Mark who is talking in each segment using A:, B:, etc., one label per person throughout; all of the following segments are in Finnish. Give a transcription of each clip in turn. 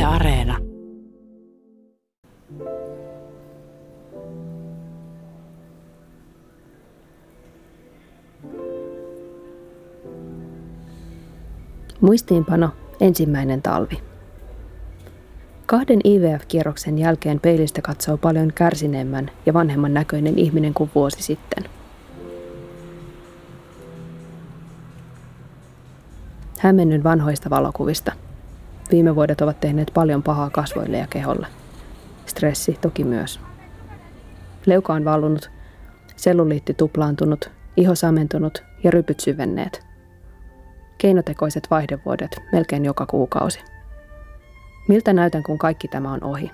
A: Areena.
B: Muistiinpano 1. talvi. 2 IVF-kierroksen jälkeen peilistä katsoo paljon kärsineemmän ja vanhemman näköinen ihminen kuin vuosi sitten. Hämmennyn vanhoista valokuvista. Viime vuodet ovat tehneet paljon pahaa kasvoille ja keholle. Stressi toki myös. Leuka on vallunut, selluliitti tuplaantunut, iho samentunut ja rypyt syvenneet. Keinotekoiset vaihdevuodet melkein joka kuukausi. Miltä näytän, kun kaikki tämä on ohi?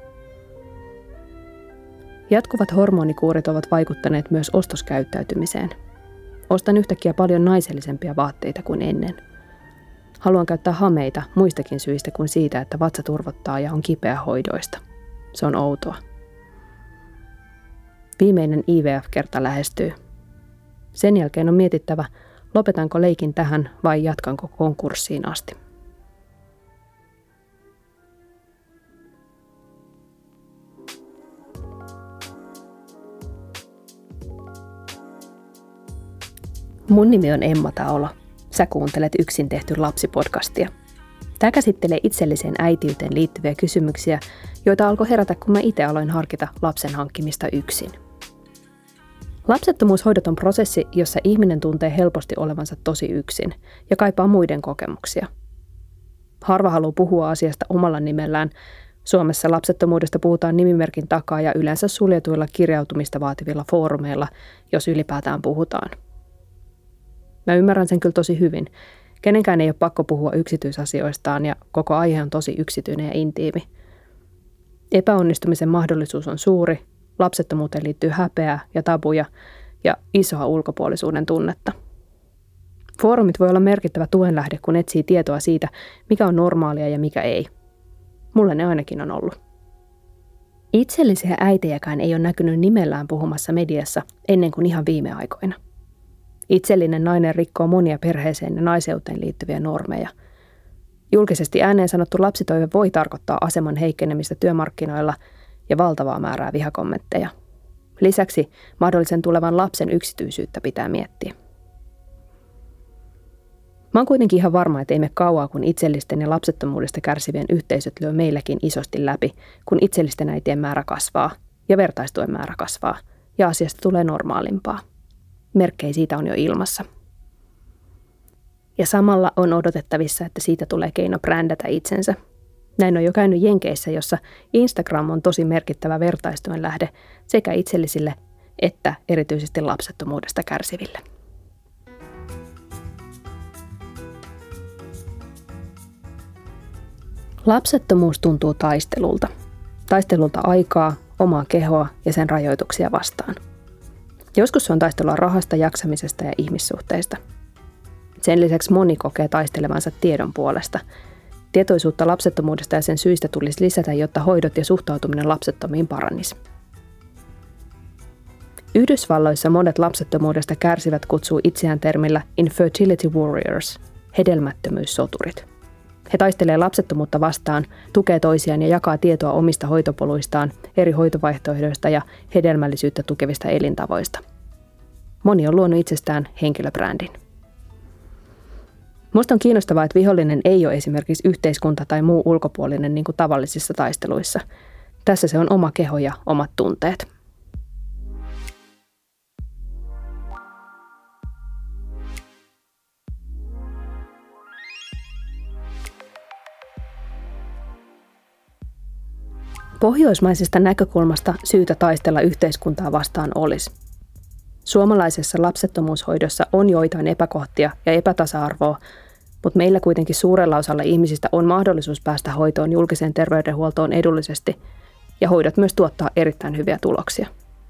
B: Jatkuvat hormonikuurit ovat vaikuttaneet myös ostoskäyttäytymiseen. Ostan yhtäkkiä paljon naisellisempia vaatteita kuin ennen. Haluan käyttää hameita muistakin syistä kuin siitä, että vatsa turvottaa ja on kipeä hoidoista. Se on outoa. Viimeinen IVF-kerta lähestyy. Sen jälkeen on mietittävä, lopetanko leikin tähän vai jatkanko konkurssiin asti. Mun nimi on Emma Taolo. Sä kuuntelet Yksin tehty lapsipodcastia. Tää käsittelee itselliseen äitiyteen liittyviä kysymyksiä, joita alkoi herätä, kun mä itse aloin harkita lapsen hankkimista yksin. Lapsettomuushoidot on prosessi, jossa ihminen tuntee helposti olevansa tosi yksin ja kaipaa muiden kokemuksia. Harva haluaa puhua asiasta omalla nimellään. Suomessa lapsettomuudesta puhutaan nimimerkin takaa ja yleensä suljetuilla kirjautumista vaativilla foorumeilla, jos ylipäätään puhutaan. Mä ymmärrän sen kyllä tosi hyvin. Kenenkään ei ole pakko puhua yksityisasioistaan ja koko aihe on tosi yksityinen ja intiimi. Epäonnistumisen mahdollisuus on suuri, lapsettomuuteen liittyy häpeää ja tabuja ja isoa ulkopuolisuuden tunnetta. Foorumit voi olla merkittävä tuenlähde, kun etsii tietoa siitä, mikä on normaalia ja mikä ei. Mulle ne ainakin on ollut. Itsellisiä äitejäkään ei ole näkynyt nimellään puhumassa mediassa ennen kuin ihan viime aikoina. Itsellinen nainen rikkoo monia perheeseen ja naiseuteen liittyviä normeja. Julkisesti ääneen sanottu lapsitoive voi tarkoittaa aseman heikkenemistä työmarkkinoilla ja valtavaa määrää vihakommentteja. Lisäksi mahdollisen tulevan lapsen yksityisyyttä pitää miettiä. Mä oon kuitenkin ihan varma, että ei mene kauaa, kun itsellisten ja lapsettomuudesta kärsivien yhteisöt lyö meilläkin isosti läpi, kun itsellisten äitien määrä kasvaa ja vertaistuen määrä kasvaa ja asiasta tulee normaalimpaa. Merkkejä siitä on jo ilmassa. Ja samalla on odotettavissa, että siitä tulee keino brändätä itsensä. Näin on jo käynyt Jenkeissä, jossa Instagram on tosi merkittävä vertaistuen lähde sekä itsellisille että erityisesti lapsettomuudesta kärsiville. Lapsettomuus tuntuu taistelulta. Taistelulta aikaa, omaa kehoa ja sen rajoituksia vastaan. Joskus se on taistelua rahasta, jaksamisesta ja ihmissuhteista. Sen lisäksi moni kokee taistelevansa tiedon puolesta. Tietoisuutta lapsettomuudesta ja sen syistä tulisi lisätä, jotta hoidot ja suhtautuminen lapsettomiin paranisi. Yhdysvalloissa monet lapsettomuudesta kärsivät kutsuu itseään termillä infertility warriors, hedelmättömyyssoturit. He taistelee lapsettomuutta vastaan, tukee toisiaan ja jakaa tietoa omista hoitopoluistaan, eri hoitovaihtoehdoista ja hedelmällisyyttä tukevista elintavoista. Moni on luonut itsestään henkilöbrändin. Musta on kiinnostavaa, että vihollinen ei ole esimerkiksi yhteiskunta tai muu ulkopuolinen niin kuin tavallisissa taisteluissa. Tässä se on oma keho ja omat tunteet. Pohjoismaisesta näkökulmasta syytä taistella yhteiskuntaa vastaan olisi. Suomalaisessa lapsettomuushoidossa on joitain epäkohtia ja epätasa-arvoa, mutta meillä kuitenkin suurella osalla ihmisistä on mahdollisuus päästä hoitoon julkiseen terveydenhuoltoon edullisesti ja hoidot myös tuottaa erittäin hyviä tuloksia.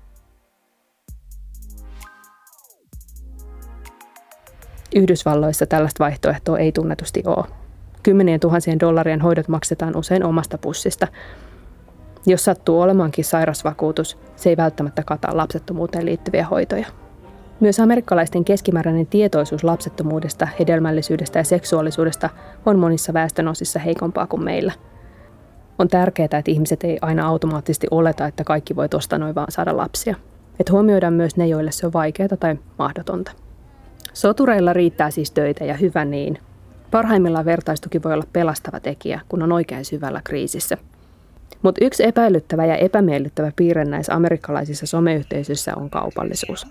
B: Yhdysvalloissa tällaista vaihtoehtoa ei tunnetusti ole. $10,000 hoidot maksetaan usein omasta pussista. Jos sattuu olemaankin sairasvakuutus, se ei välttämättä kata lapsettomuuteen liittyviä hoitoja. Myös amerikkalaisten keskimääräinen tietoisuus lapsettomuudesta, hedelmällisyydestä ja seksuaalisuudesta on monissa väestönosissa heikompaa kuin meillä. On tärkeää, että ihmiset ei aina automaattisesti oleta, että kaikki voi tosta noin vaan saada lapsia. Että huomioidaan myös ne, joille se on vaikeaa tai mahdotonta. Sotureilla riittää siis töitä ja hyvä niin. Parhaimmillaan vertaistuki voi olla pelastava tekijä, kun on oikein syvällä kriisissä. Mutta yksi epäilyttävä ja epämiellyttävä piirre näissä amerikkalaisissa someyhteisöissä on kaupallisuus.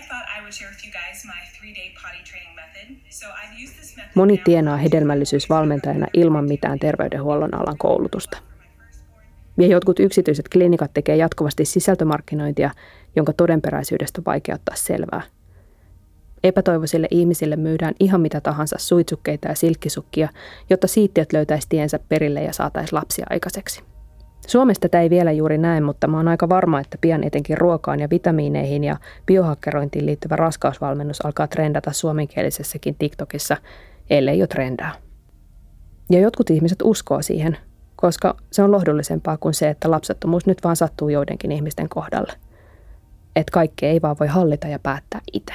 B: Moni tienaa hedelmällisyysvalmentajana ilman mitään terveydenhuollon alan koulutusta. Ja jotkut yksityiset klinikat tekee jatkuvasti sisältömarkkinointia, jonka todenperäisyydestä on vaikea ottaa selvää. Epätoivoisille ihmisille myydään ihan mitä tahansa suitsukkeita ja silkkisukkia, jotta siittiöt löytäisi tiensä perille ja saataisiin lapsia aikaiseksi. Suomesta tätä ei vielä juuri näe, mutta mä oon aika varma, että pian etenkin ruokaan ja vitamiineihin ja biohakkerointiin liittyvä raskausvalmennus alkaa trendata suomenkielisessäkin TikTokissa, ellei jo trendaa. Ja jotkut ihmiset uskoo siihen, koska se on lohdullisempaa kuin se, että lapsettomuus nyt vaan sattuu joidenkin ihmisten kohdalle. Että kaikkea ei vaan voi hallita ja päättää itse.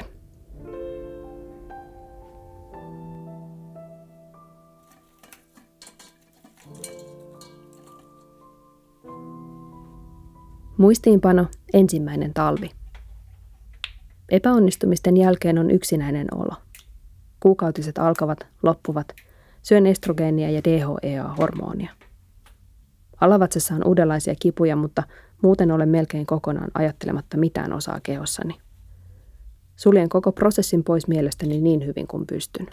B: Muistiinpano, ensimmäinen talvi. Epäonnistumisten jälkeen on yksinäinen olo. Kuukautiset alkavat, loppuvat. Syön estrogeenia ja DHEA-hormonia. Alavatsassa on uudenlaisia kipuja, mutta muuten olen melkein kokonaan ajattelematta mitään osaa kehossani. Suljen koko prosessin pois mielestäni niin hyvin kuin pystyn.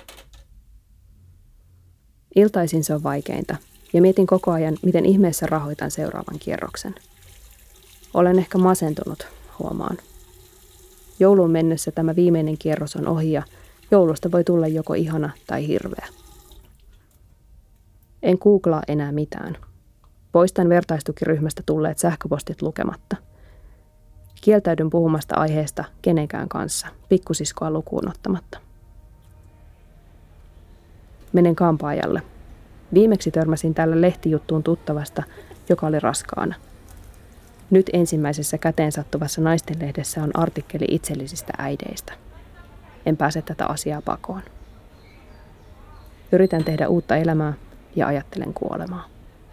B: Iltaisin se on vaikeinta ja mietin koko ajan, miten ihmeessä rahoitan seuraavan kierroksen. Olen ehkä masentunut, huomaan. Jouluun mennessä tämä viimeinen kierros on ohi ja joulusta voi tulla joko ihana tai hirveä. En googlaa enää mitään. Poistan vertaistukiryhmästä tulleet sähköpostit lukematta. Kieltäydyn puhumasta aiheesta kenenkään kanssa, pikkusiskoa lukuun ottamatta. Menen kampaajalle. Viimeksi törmäsin tällä lehtijuttuun tuttavasta, joka oli raskaana. Nyt ensimmäisessä käteen sattuvassa naistenlehdessä on artikkeli itsellisistä äideistä. En pääse tätä asiaa pakoon. Yritän tehdä uutta elämää ja ajattelen kuolemaa.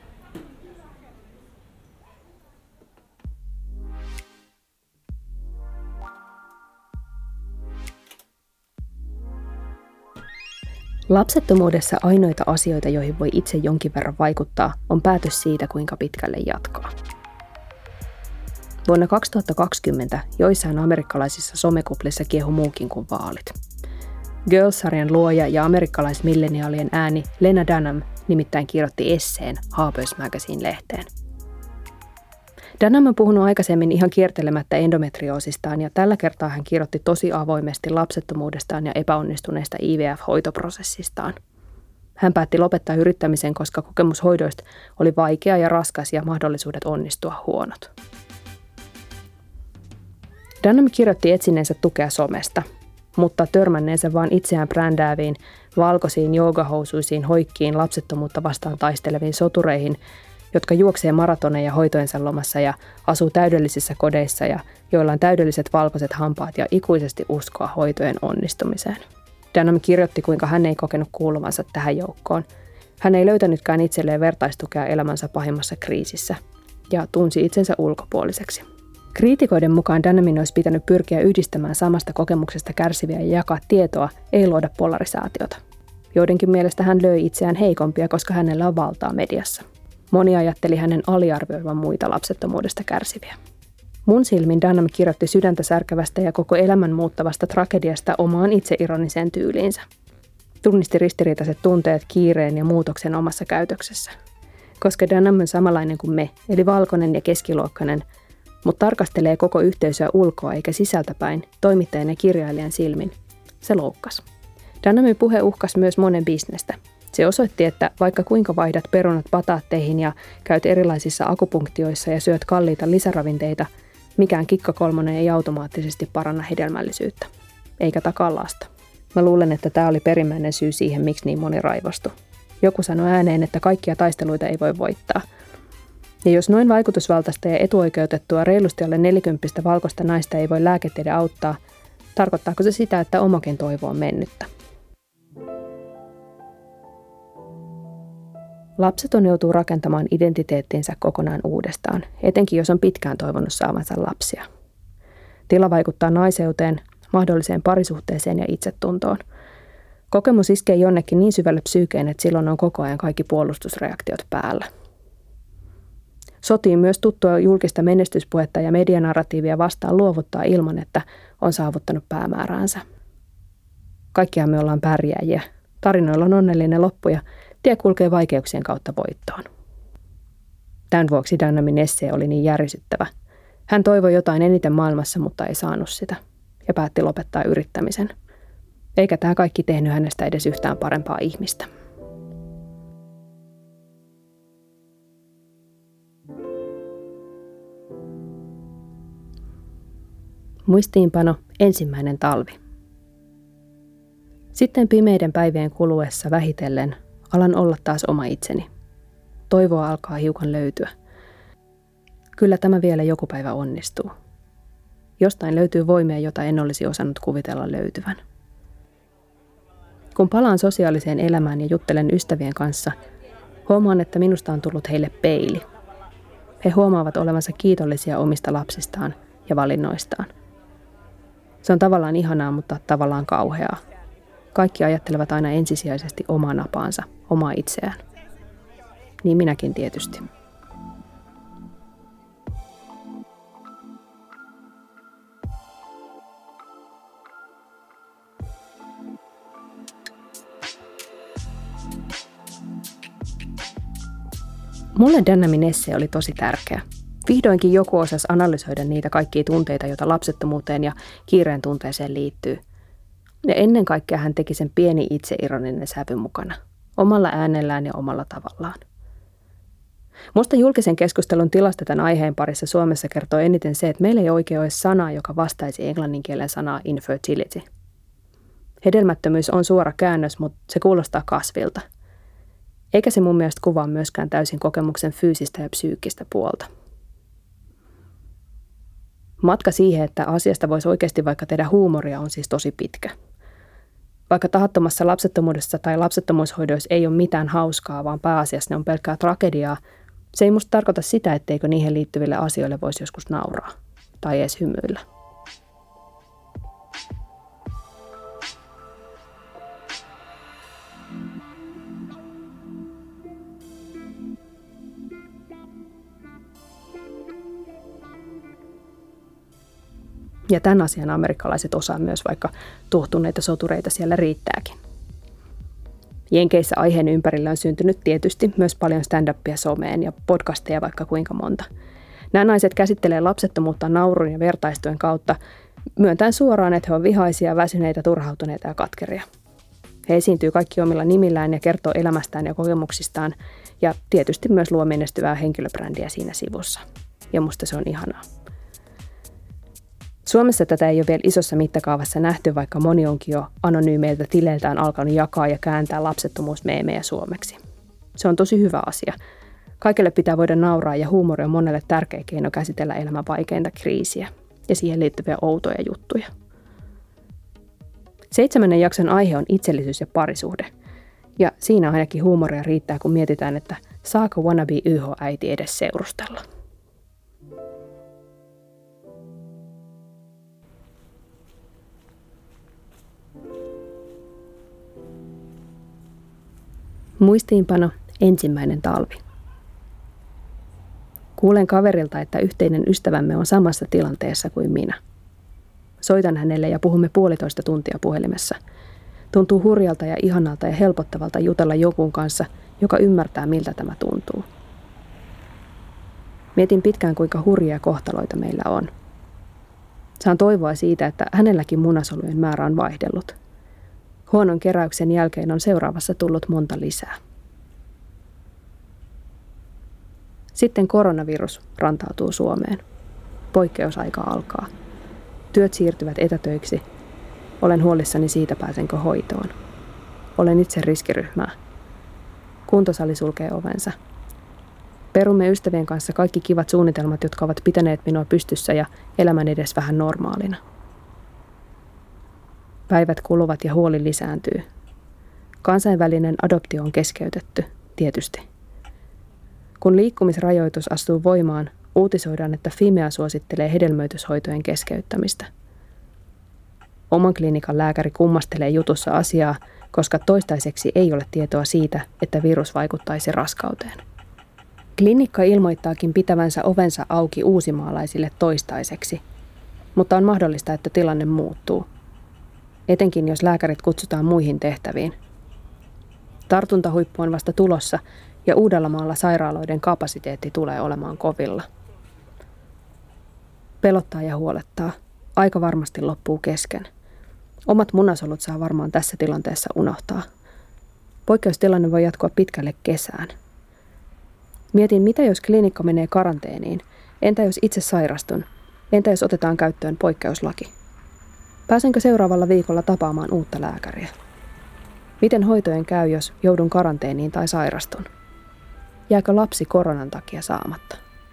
B: Lapsettomuudessa ainoita asioita, joihin voi itse jonkin verran vaikuttaa, on päätös siitä, kuinka pitkälle jatkaa. Vuonna 2020 joissain amerikkalaisissa somekuplissa kiehui muukin kuin vaalit. Girls-sarjan luoja ja amerikkalaismilleniaalien ääni Lena Dunham nimittäin kirjoitti esseen Harper's Magazine-lehteen. Dunham on puhunut aikaisemmin ihan kiertelemättä endometrioosistaan ja tällä kertaa hän kirjoitti tosi avoimesti lapsettomuudestaan ja epäonnistuneesta IVF-hoitoprosessistaan. Hän päätti lopettaa yrittämisen, koska kokemus hoidoista oli vaikea ja raskas ja mahdollisuudet onnistua huonot. Dunham kirjoitti etsineensä tukea somesta, mutta törmänneensä vaan itseään brändääviin, valkoisiin joogahousuisiin, hoikkiin, lapsettomuutta vastaan taisteleviin sotureihin, jotka juoksee maratoneja hoitojensa lomassa ja asuu täydellisissä kodeissa ja joilla on täydelliset valkoiset hampaat ja ikuisesti uskoa hoitojen onnistumiseen. Dunham kirjoitti, kuinka hän ei kokenut kuuluvansa tähän joukkoon. Hän ei löytänytkään itselleen vertaistukea elämänsä pahimmassa kriisissä ja tunsi itsensä ulkopuoliseksi. Kriitikoiden mukaan Dunhamin olisi pitänyt pyrkiä yhdistämään samasta kokemuksesta kärsiviä ja jakaa tietoa, ei luoda polarisaatiota. Joidenkin mielestä hän löi itseään heikompia, koska hänellä on valtaa mediassa. Moni ajatteli hänen aliarvioivan muita lapsettomuudesta kärsiviä. Mun silmin Dunham kirjoitti sydäntä särkevästä ja koko elämän muuttavasta tragediasta omaan itseironiseen tyyliinsä. Tunnisti ristiriitaiset tunteet, kiireen ja muutoksen omassa käytöksessä. Koska Dunham on samanlainen kuin me, eli valkoinen ja keskiluokkainen, mutta tarkastelee koko yhteisöä ulkoa eikä sisältäpäin, toimittajan ja kirjailijan silmin. Se loukkasi. Dunhamin puhe uhkasi myös monen bisnestä. Se osoitti, että vaikka kuinka vaihdat perunat bataatteihin ja käyt erilaisissa akupunktioissa ja syöt kalliita lisäravinteita, mikään kikkakolmonen ei automaattisesti paranna hedelmällisyyttä. Eikä takaa lasta. Mä luulen, että tämä oli perimmäinen syy siihen, miksi niin moni raivostui. Joku sanoi ääneen, että kaikkia taisteluita ei voi voittaa. Ja jos noin vaikutusvaltaista ja etuoikeutettua reilusti alle 40 valkoista naista ei voi lääketiede auttaa, tarkoittaako se sitä, että omakin toivo on mennyttä? Lapseton joutuu rakentamaan identiteettinsä kokonaan uudestaan, etenkin jos on pitkään toivonut saavansa lapsia. Tila vaikuttaa naiseuteen, mahdolliseen parisuhteeseen ja itsetuntoon. Kokemus iskee jonnekin niin syvälle psyykeen, että silloin on koko ajan kaikki puolustusreaktiot päällä. Sotiin myös tuttua julkista menestyspuhetta ja medianarratiivia vastaan luovuttaa ilman, että on saavuttanut päämääräänsä. Kaikkiaan me ollaan pärjääjiä. Tarinoilla on onnellinen loppu ja tie kulkee vaikeuksien kautta voittoon. Tämän vuoksi Dunhamin essee oli niin järisyttävä. Hän toivoi jotain eniten maailmassa, mutta ei saanut sitä ja päätti lopettaa yrittämisen. Eikä tämä kaikki tehnyt hänestä edes yhtään parempaa ihmistä. Muistiinpano ensimmäinen talvi. Sitten pimeiden päivien kuluessa vähitellen alan olla taas oma itseni. Toivoa alkaa hiukan löytyä. Kyllä tämä vielä joku päivä onnistuu. Jostain löytyy voimia, jota en olisi osannut kuvitella löytyvän. Kun palaan sosiaaliseen elämään ja juttelen ystävien kanssa, huomaan, että minusta on tullut heille peili. He huomaavat olevansa kiitollisia omista lapsistaan ja valinnoistaan. Se on tavallaan ihanaa, mutta tavallaan kauheaa. Kaikki ajattelevat aina ensisijaisesti omaa napaansa, omaa itseään. Niin minäkin tietysti. Mulle Dunhamin essee oli tosi tärkeä. Vihdoinkin joku osasi analysoida niitä kaikkia tunteita, joita lapsettomuuteen ja kiireen tunteeseen liittyy. Ja ennen kaikkea hän teki sen pieni itseironinen sävy mukana, omalla äänellään ja omalla tavallaan. Musta julkisen keskustelun tilasta tämän aiheen parissa Suomessa kertoo eniten se, että meillä ei oikein ole sanaa, joka vastaisi englannin kielen sanaa infertility. Hedelmättömyys on suora käännös, mutta se kuulostaa kasvilta. Eikä se mun mielestä kuvaa myöskään täysin kokemuksen fyysistä ja psyykkistä puolta. Matka siihen, että asiasta voisi oikeasti vaikka tehdä huumoria, on siis tosi pitkä. Vaikka tahattomassa lapsettomuudessa tai lapsettomuushoidoissa ei ole mitään hauskaa, vaan pääasiassa ne on pelkkää tragediaa, se ei musta tarkoita sitä, etteikö niihin liittyville asioille voisi joskus nauraa tai edes hymyillä. Ja tämän asian amerikkalaiset osaa myös, vaikka tuhtuneita sotureita siellä riittääkin. Jenkeissä aiheen ympärillä on syntynyt tietysti myös paljon stand-upia someen ja podcasteja vaikka kuinka monta. Nämä naiset käsittelee lapsettomuutta naurun ja vertaistuen kautta, myöntäen suoraan, että he ovat vihaisia, väsyneitä, turhautuneita ja katkeria. He esiintyy kaikki omilla nimillään ja kertoo elämästään ja kokemuksistaan ja tietysti myös luo menestyvää henkilöbrändiä siinä sivussa. Ja musta se on ihanaa. Suomessa tätä ei ole vielä isossa mittakaavassa nähty, vaikka moni onkin jo anonyymeiltä tileiltään alkanut jakaa ja kääntää lapsettomuusmeemejä suomeksi. Se on tosi hyvä asia. Kaikille pitää voida nauraa ja huumori on monelle tärkeä keino käsitellä elämän vaikeinta kriisiä ja siihen liittyviä outoja juttuja. 7. jakson aihe on itsellisyys ja parisuhde. Ja siinä ainakin huumoria riittää, kun mietitään, että saako wannabe YH-äiti edes seurustella. Muistiinpano ensimmäinen talvi. Kuulen kaverilta, että yhteinen ystävämme on samassa tilanteessa kuin minä. Soitan hänelle ja puhumme 1,5 tuntia puhelimessa. Tuntuu hurjalta ja ihanalta ja helpottavalta jutella jonkun kanssa, joka ymmärtää, miltä tämä tuntuu. Mietin pitkään, kuinka hurjia kohtaloita meillä on. Saan toivoa siitä, että hänelläkin munasolujen määrä on vaihdellut. Huonon keräyksen jälkeen on seuraavassa tullut monta lisää. Sitten koronavirus rantautuu Suomeen. Poikkeusaika alkaa. Työt siirtyvät etätöiksi. Olen huolissani siitä, pääsenkö hoitoon. Olen itse riskiryhmää. Kuntosali sulkee ovensa. Perumme ystävien kanssa kaikki kivat suunnitelmat, jotka ovat pitäneet minua pystyssä ja elämän edes vähän normaalina. Päivät kuluvat ja huoli lisääntyy. Kansainvälinen adoptio on keskeytetty, tietysti. Kun liikkumisrajoitus astuu voimaan, uutisoidaan, että Fimea suosittelee hedelmöityshoitojen keskeyttämistä. Oman klinikan lääkäri kummastelee jutussa asiaa, koska toistaiseksi ei ole tietoa siitä, että virus vaikuttaisi raskauteen. Klinikka ilmoittaakin pitävänsä ovensa auki uusimaalaisille toistaiseksi, mutta on mahdollista, että tilanne muuttuu. Etenkin jos lääkärit kutsutaan muihin tehtäviin. Tartuntahuippu on vasta tulossa ja Uudellamaalla sairaaloiden kapasiteetti tulee olemaan kovilla. Pelottaa ja huolettaa. Aika varmasti loppuu kesken. Omat munasolut saa varmaan tässä tilanteessa unohtaa. Poikkeustilanne voi jatkua pitkälle kesään. Mietin, mitä jos klinikka menee karanteeniin? Entä jos itse sairastun? Entä jos otetaan käyttöön poikkeuslaki? Pääsenkö seuraavalla viikolla tapaamaan uutta lääkäriä? Miten hoitojen käy, jos joudun karanteeniin tai sairastun? Jääkö lapsi koronan takia saamatta?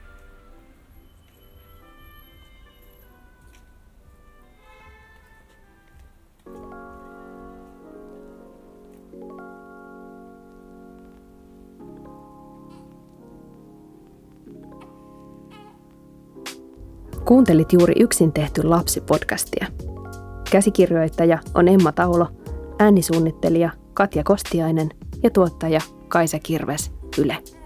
B: Kuuntelit juuri Yksin tehty lapsi-podcastia. Käsikirjoittaja on Emma Taulo, äänisuunnittelija Katja Kostiainen ja tuottaja Kaisa Kirves, Yle.